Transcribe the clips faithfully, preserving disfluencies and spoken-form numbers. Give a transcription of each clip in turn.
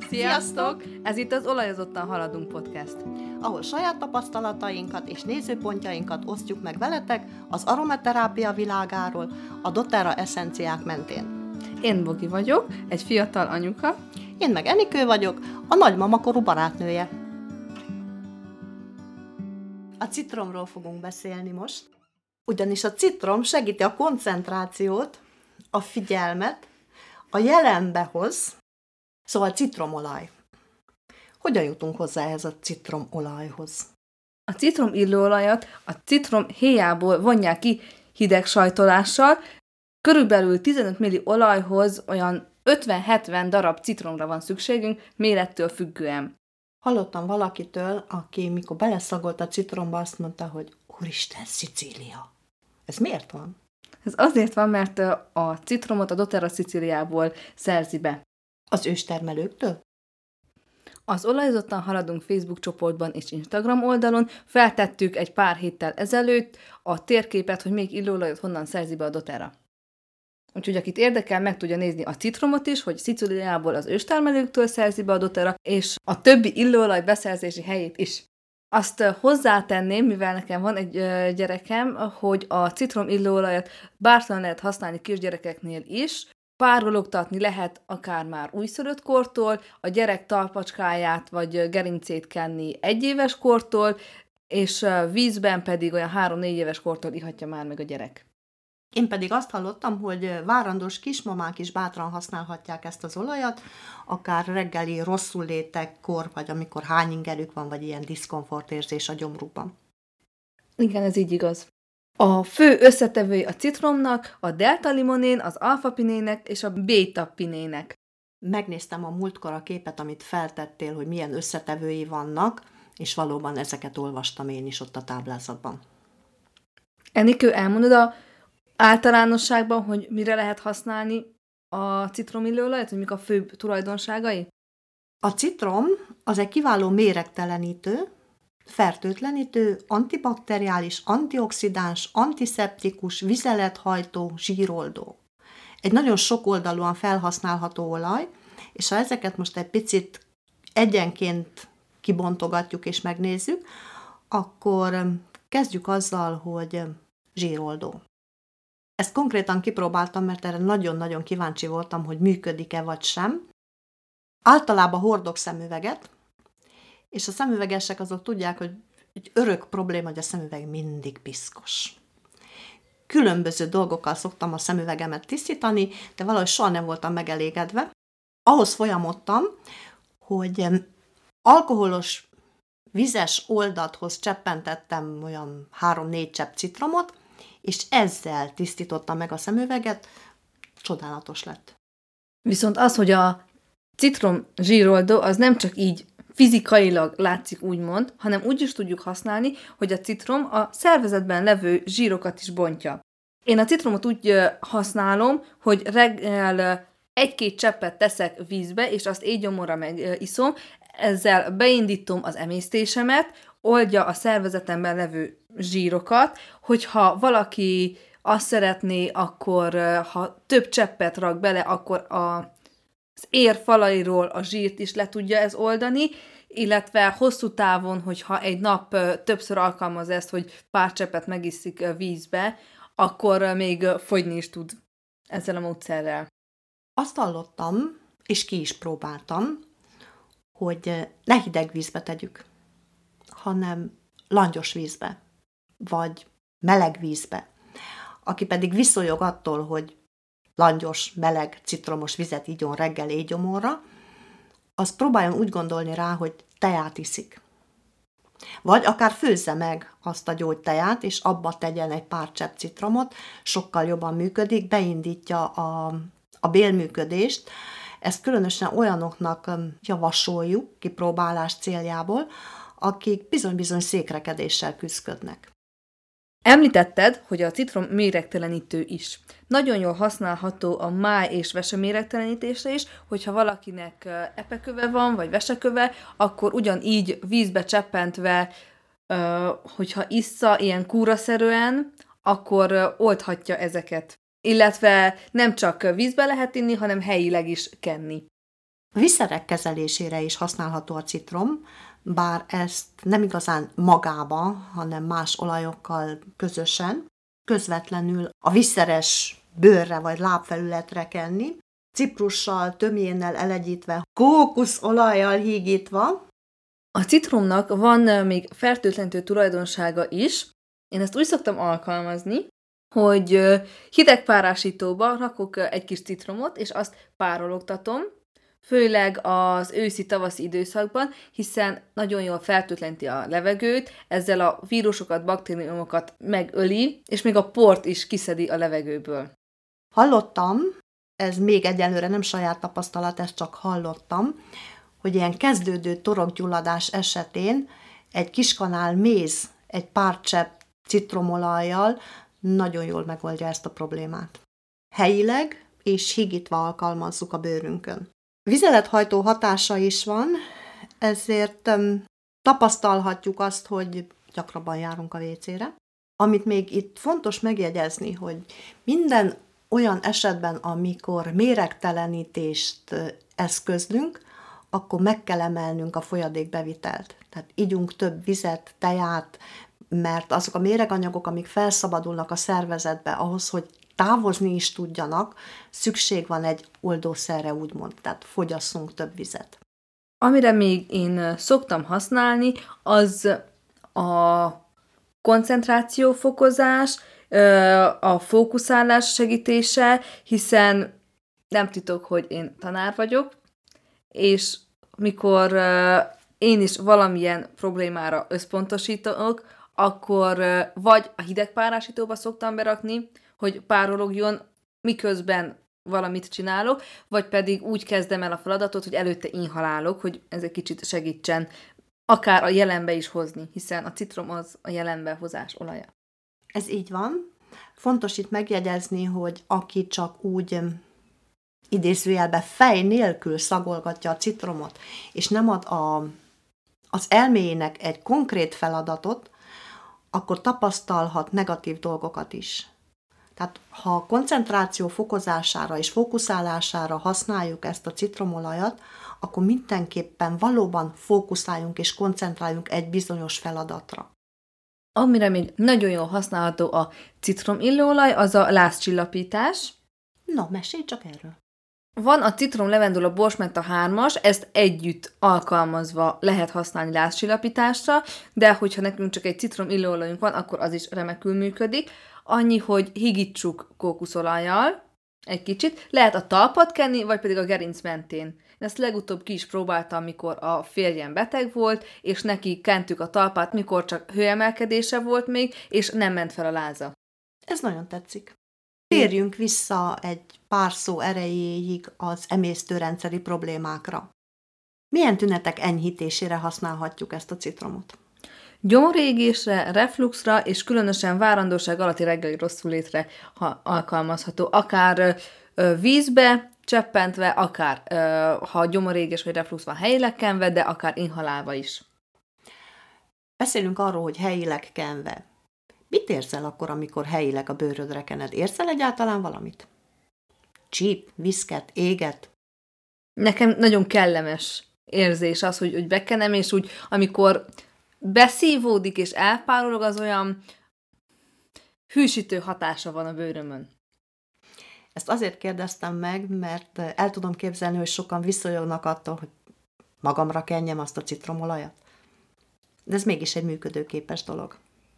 Sziasztok! Ez itt az Olajozottan Haladunk podcast, ahol saját tapasztalatainkat és nézőpontjainkat osztjuk meg veletek az aromaterápia világáról, a doTERRA eszenciák mentén. Én Bogi vagyok, egy fiatal anyuka. Én meg Enikő vagyok, a nagymamakorú barátnője. A citromról fogunk beszélni most, ugyanis a citrom segíti a koncentrációt, a figyelmet, a jelenbe hoz, szóval citromolaj. Hogyan jutunk hozzá ehhez a citromolajhoz? A citrom illóolajat a citrom héjából vonják ki hideg sajtolással, körülbelül tizenöt milli olajhoz olyan ötven-hetven darab citromra van szükségünk, mérettől függően. Hallottam valakitől, aki mikor beleszagolt a citromba, azt mondta, hogy úristen, Szicília. Ez miért van? Ez azért van, mert a citromot a doTERRA Szicíliából szerzi be. Az őstermelőktől? Az Olajozottan Haladunk Facebook csoportban és Instagram oldalon feltettük egy pár héttel ezelőtt a térképet, hogy még illóolajat honnan szerzi be a doTERRA. Úgyhogy akit érdekel, meg tudja nézni a citromot is, hogy Szicíliából az őstermelőktől szerzi be a doTERRA, és a többi illóolaj beszerzési helyét is. Azt hozzátenném, mivel nekem van egy gyerekem, hogy a citrom illóolajat bátran lehet használni kisgyerekeknél is, párologtatni lehet akár már újszülött kortól, a gyerek talpacskáját vagy gerincét kenni egy éves kortól, és vízben pedig olyan három-négy éves kortól ihatja már meg a gyerek. Én pedig azt hallottam, hogy várandós kismamák is bátran használhatják ezt az olajat, akár reggeli rosszul létekkor, vagy amikor hányingerük van, vagy ilyen diszkomfortérzés a gyomrukban. Igen, ez így igaz. A fő összetevői a citromnak, a delta-limonin, az alfa-pinének és a béta-pinének. Megnéztem a múltkor a képet, amit feltettél, hogy milyen összetevői vannak, és valóban ezeket olvastam én is ott a táblázatban. Enikő, elmondod a általánosságban, hogy mire lehet használni a citromillóolajat, hogy mik a főbb tulajdonságai? A citrom az egy kiváló méregtelenítő, fertőtlenítő, antibakteriális, antioxidáns, antiszeptikus, vizelethajtó, zsíroldó. Egy nagyon sokoldalúan felhasználható olaj, és ha ezeket most egy picit egyenként kibontogatjuk és megnézzük, akkor kezdjük azzal, hogy zsíroldó. Ezt konkrétan kipróbáltam, mert erre nagyon-nagyon kíváncsi voltam, hogy működik-e vagy sem. Általában hordok szemüveget, és a szemüvegesek azok tudják, hogy egy örök probléma, hogy a szemüveg mindig piszkos. Különböző dolgokkal szoktam a szemüvegemet tisztítani, de valahogy soha nem voltam megelégedve. Ahhoz folyamodtam, hogy alkoholos, vizes oldathoz cseppentettem olyan három-négy csepp citromot, és ezzel tisztítottam meg a szemüveget, csodálatos lett. Viszont az, hogy a citrom zsíroldó, az nem csak így fizikailag látszik úgymond, hanem úgy is tudjuk használni, hogy a citrom a szervezetben levő zsírokat is bontja. Én a citromot úgy használom, hogy reggel egy-két cseppet teszek vízbe, és azt éjgyomorra megiszom, ezzel beindítom az emésztésemet, oldja a szervezetemben levő zsírokat, hogyha valaki azt szeretné, akkor ha több cseppet rak bele, akkor a, az ér falairól a zsírt is le tudja ez oldani, illetve hosszú távon, hogyha egy nap többször alkalmaz ezt, hogy pár cseppet megiszik vízbe, akkor még fogyni is tud ezzel a módszerrel. Azt hallottam, és ki is próbáltam, hogy ne hideg vízbe tegyük, hanem langyos vízbe, vagy meleg vízbe. Aki pedig viszonyog attól, hogy langyos, meleg, citromos vizet igyon reggel éjgyomorra, az próbáljon úgy gondolni rá, hogy teját iszik. Vagy akár főzze meg azt a gyógyteját, és abba tegyen egy pár csepp citromot, sokkal jobban működik, beindítja a, a bélműködést. Ezt különösen olyanoknak javasoljuk kipróbálás céljából, akik bizony-bizony székrekedéssel küzdködnek. Említetted, hogy a citrom méregtelenítő is. Nagyon jól használható a máj és vese méregtelenítésre is, hogyha valakinek epeköve van, vagy veseköve, akkor ugyanígy vízbe cseppentve, hogyha issza ilyen kúraszerűen, akkor oldhatja ezeket. Illetve nem csak vízbe lehet inni, hanem helyileg is kenni. Viszerek kezelésére is használható a citrom, bár ezt nem igazán magába, hanem más olajokkal közösen, közvetlenül a viszeres bőrre vagy lábfelületre kenni, ciprussal, tömjénnel elegyítve, kókuszolajjal hígítva. A citromnak van még fertőtlenítő tulajdonsága is. Én ezt úgy szoktam alkalmazni, hogy hidegpárásítóba rakok egy kis citromot, és azt párologtatom, főleg az őszi-tavaszi időszakban, hiszen nagyon jól fertőtleníti a levegőt, ezzel a vírusokat, baktériumokat megöli, és még a port is kiszedi a levegőből. Hallottam, ez még egyelőre nem saját tapasztalat, ezt csak hallottam, hogy ilyen kezdődő torokgyulladás esetén egy kiskanál méz, egy pár csepp citromolajjal nagyon jól megoldja ezt a problémát. Helyileg és hígítva alkalmazzuk a bőrünkön. Vizelethajtó hatása is van, ezért um, tapasztalhatjuk azt, hogy gyakrabban járunk a vécére. Amit még itt fontos megjegyezni, hogy minden olyan esetben, amikor méregtelenítést eszközlünk, akkor meg kell emelnünk a folyadékbevitelt. Tehát igyunk több vizet, teját, mert azok a méreganyagok, amik felszabadulnak a szervezetbe, ahhoz, hogy távozni is tudjanak, szükség van egy oldószerre, úgymond, tehát fogyasszunk több vizet. Amire még én szoktam használni, az a koncentrációfokozás, a fókuszálás segítése, hiszen nem titok, hogy én tanár vagyok, és mikor én is valamilyen problémára összpontosítok, akkor vagy a hidegpárásítóba szoktam berakni, hogy párologjon, miközben valamit csinálok, vagy pedig úgy kezdem el a feladatot, hogy előtte inhalálok, hogy ez egy kicsit segítsen akár a jelenbe is hozni, hiszen a citrom az a jelenbe hozás olaja. Ez így van. Fontos itt megjegyezni, hogy aki csak úgy idézőjelben fej nélkül szagolgatja a citromot, és nem ad a, az elméjének egy konkrét feladatot, akkor tapasztalhat negatív dolgokat is. Tehát ha a koncentráció fokozására és fókuszálására használjuk ezt a citromolajat, akkor mindenképpen valóban fókuszáljunk és koncentráljunk egy bizonyos feladatra. Amire még nagyon jól használható a citromillóolaj, az a lázcsillapítás. No, mesélj csak erről. Van a citrom, levendula, borsmenta hármas, ezt együtt alkalmazva lehet használni lázcsillapításra, de hogyha nekünk csak egy citromillóolajunk van, akkor az is remekül működik. Annyi, hogy higítsuk kókuszolajjal egy kicsit, lehet a talpat kenni, vagy pedig a gerinc mentén. Én ezt legutóbb ki is próbáltam, mikor a férjem beteg volt, és neki kentük a talpát, mikor csak hőemelkedése volt még, és nem ment fel a láza. Ez nagyon tetszik. Térjünk vissza egy pár szó erejéig az emésztőrendszeri problémákra. Milyen tünetek enyhítésére használhatjuk ezt a citromot? Gyomorégésre, refluxra és különösen várandóság alatti reggeli rosszullétre alkalmazható. Akár ö, vízbe cseppentve, akár ö, ha gyomorégés vagy reflux van helyileg kenve, de akár inhalálva is. Beszélünk arról, hogy helyileg kenve. Mit érzel akkor, amikor helyileg a bőrödre kened? Érzel egyáltalán valamit? Csíp, viszket, éget? Nekem nagyon kellemes érzés az, hogy, hogy bekenem, és úgy, amikor beszívódik és elpárolog, az olyan hűsítő hatása van a bőrömön. Ezt azért kérdeztem meg, mert el tudom képzelni, hogy sokan visszajognak attól, hogy magamra kenjem azt a citromolajat. De ez mégis egy működőképes dolog.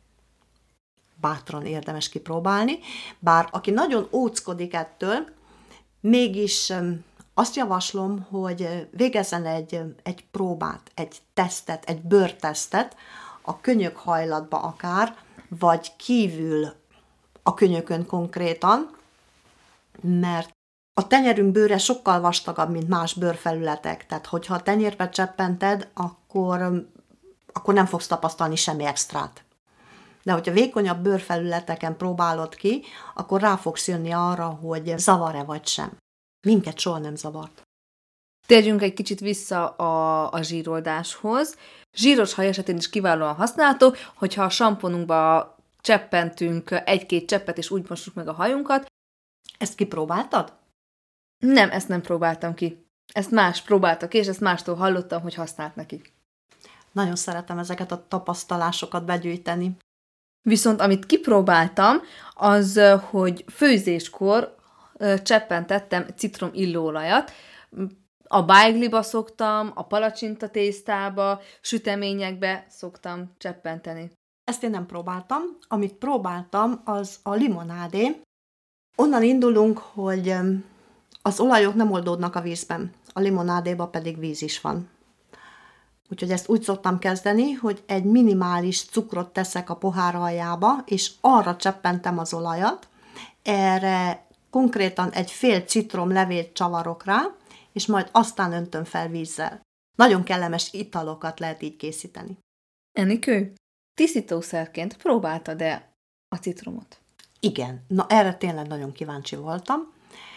Bátran érdemes kipróbálni, bár aki nagyon óckodik ettől, mégis azt javaslom, hogy végezzen egy, egy próbát, egy tesztet, egy bőrtesztet, a könyökhajlatba akár, vagy kívül a könyökön konkrétan, mert a tenyerünk bőre sokkal vastagabb, mint más bőrfelületek. Tehát, hogyha a tenyérbe cseppented, akkor, akkor nem fogsz tapasztalni semmi extrát. De hogyha vékonyabb bőrfelületeken próbálod ki, akkor rá fogsz jönni arra, hogy zavar-e vagy sem. Minket soha nem zavart. Térjünk egy kicsit vissza a, a zsíroldáshoz. Zsíros haj esetén is kiválóan használható, hogyha a samponunkba cseppentünk egy-két cseppet, és úgy mosjuk meg a hajunkat. Ezt kipróbáltad? Nem, ezt nem próbáltam ki. ezt más próbáltak, és ezt mástól hallottam, hogy használt neki. Nagyon szeretem ezeket a tapasztalásokat begyűjteni. Viszont amit kipróbáltam, az, hogy főzéskor cseppentettem citrom illóolajat. A bájgliba szoktam, a palacsinta tésztába, süteményekbe szoktam cseppenteni. Ezt én nem próbáltam. Amit próbáltam, az a limonádé. Onnan indulunk, hogy az olajok nem oldódnak a vízben, a limonádéban pedig víz is van. Úgyhogy ezt úgy szoktam kezdeni, hogy egy minimális cukrot teszek a pohár aljába, és arra cseppentem az olajat, erre konkrétan egy fél citrom levét csavarok rá, és majd aztán öntöm fel vízzel. Nagyon kellemes italokat lehet így készíteni. Enikő, tisztítószerként próbáltad-e a citromot? Igen, na erre tényleg nagyon kíváncsi voltam.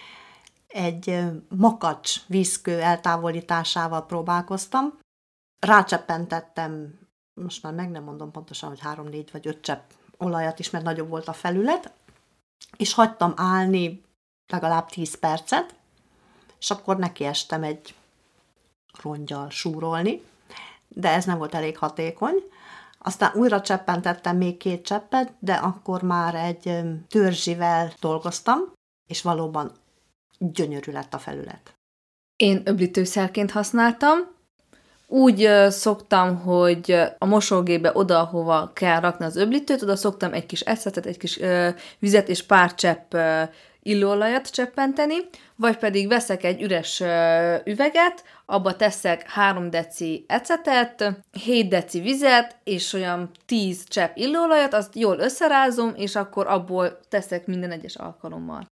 Egy makacs vízkő eltávolításával próbálkoztam. Rácseppentettem, most már meg nem mondom pontosan, hogy három, négy vagy öt csepp olajat is, mert nagyobb volt a felület, és hagytam állni legalább tíz percet, és akkor nekiestem egy rongyal súrolni, de ez nem volt elég hatékony. Aztán újra cseppentettem még két cseppet, de akkor már egy törzsivel dolgoztam, és valóban gyönyörű lett a felület. Én öblítőszerként használtam. Úgy uh, szoktam, hogy a mosógépbe oda, ahova kell rakni az öblítőt, oda szoktam egy kis eszetet, egy kis uh, vizet és pár csepp uh, illóolajat cseppenteni, vagy pedig veszek egy üres uh, üveget, abba teszek három deci ecetet, hét deci vizet, és olyan tíz csepp illóolajat, azt jól összerázom, és akkor abból teszek minden egyes alkalommal.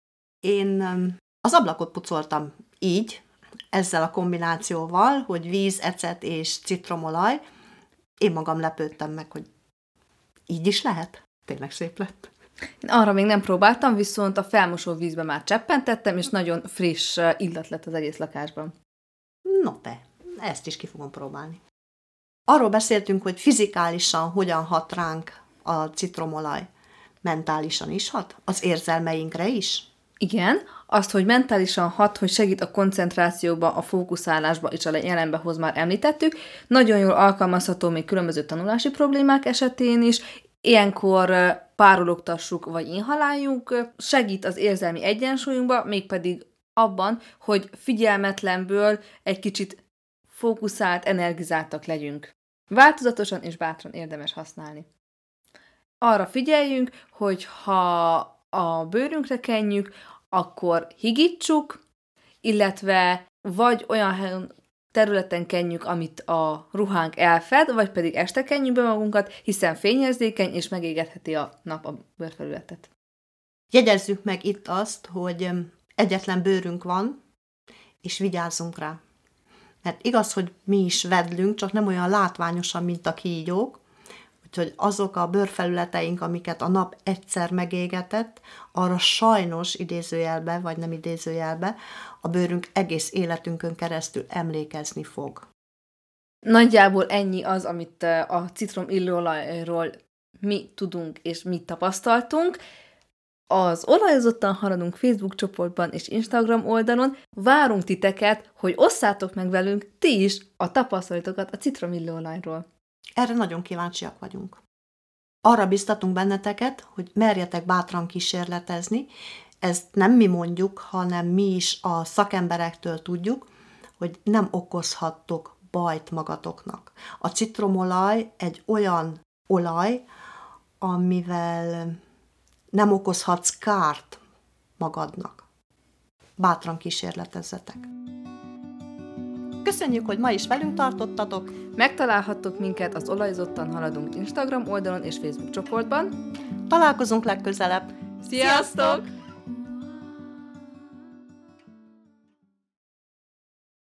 Én az ablakot pucoltam így, ezzel a kombinációval, hogy víz, ecet és citromolaj. Én magam lepődtem meg, hogy így is lehet. Tényleg szép lett. Én arra még nem próbáltam, viszont a felmosó vízbe már cseppentettem, és nagyon friss illat lett az egész lakásban. No te, ezt is ki fogom próbálni. Arról beszéltünk, hogy fizikálisan hogyan hat ránk a citromolaj. Mentálisan is hat? Az érzelmeinkre is? Igen, azt, hogy mentálisan hat, hogy segít a koncentrációba, a fókuszálásba és a jelenbe hoz, már említettük. Nagyon jól alkalmazható még különböző tanulási problémák esetén is. Ilyenkor párologtassuk vagy inhaláljunk, segít az érzelmi egyensúlyunkba, mégpedig abban, hogy figyelmetlenből egy kicsit fókuszált, energizáltak legyünk. Változatosan és bátran érdemes használni. Arra figyeljünk, hogy ha a bőrünkre kenjük, akkor higítsuk, illetve vagy olyan területen kenjük, amit a ruhánk elfed, vagy pedig este kenjük be magunkat, hiszen fényérzékeny és megégetheti a nap a bőrfelületet. Jegyezzük meg itt azt, hogy egyetlen bőrünk van, és vigyázzunk rá. Mert igaz, hogy mi is vedlünk, csak nem olyan látványosan, mint a kígyók, úgyhogy azok a bőrfelületeink, amiket a nap egyszer megégetett, arra sajnos idézőjelbe, vagy nem idézőjelbe, a bőrünk egész életünkön keresztül emlékezni fog. Nagyjából ennyi az, amit a citrom illóolajról mi tudunk és mi tapasztaltunk. Az Olajozottan Haladunk Facebook csoportban és Instagram oldalon várunk titeket, hogy osszátok meg velünk ti is a tapasztalatokat a citrom illóolajról. Erre nagyon kíváncsiak vagyunk. Arra biztatunk benneteket, hogy merjetek bátran kísérletezni. Ezt nem mi mondjuk, hanem mi is a szakemberektől tudjuk, hogy nem okozhattok bajt magatoknak. A citromolaj egy olyan olaj, amivel nem okozhatsz kárt magadnak. Bátran kísérletezzetek. Köszönjük, hogy ma is velünk tartottatok. Megtalálhattok minket az Olajozottan Haladunk Instagram oldalon és Facebook csoportban. Találkozunk legközelebb. Sziasztok!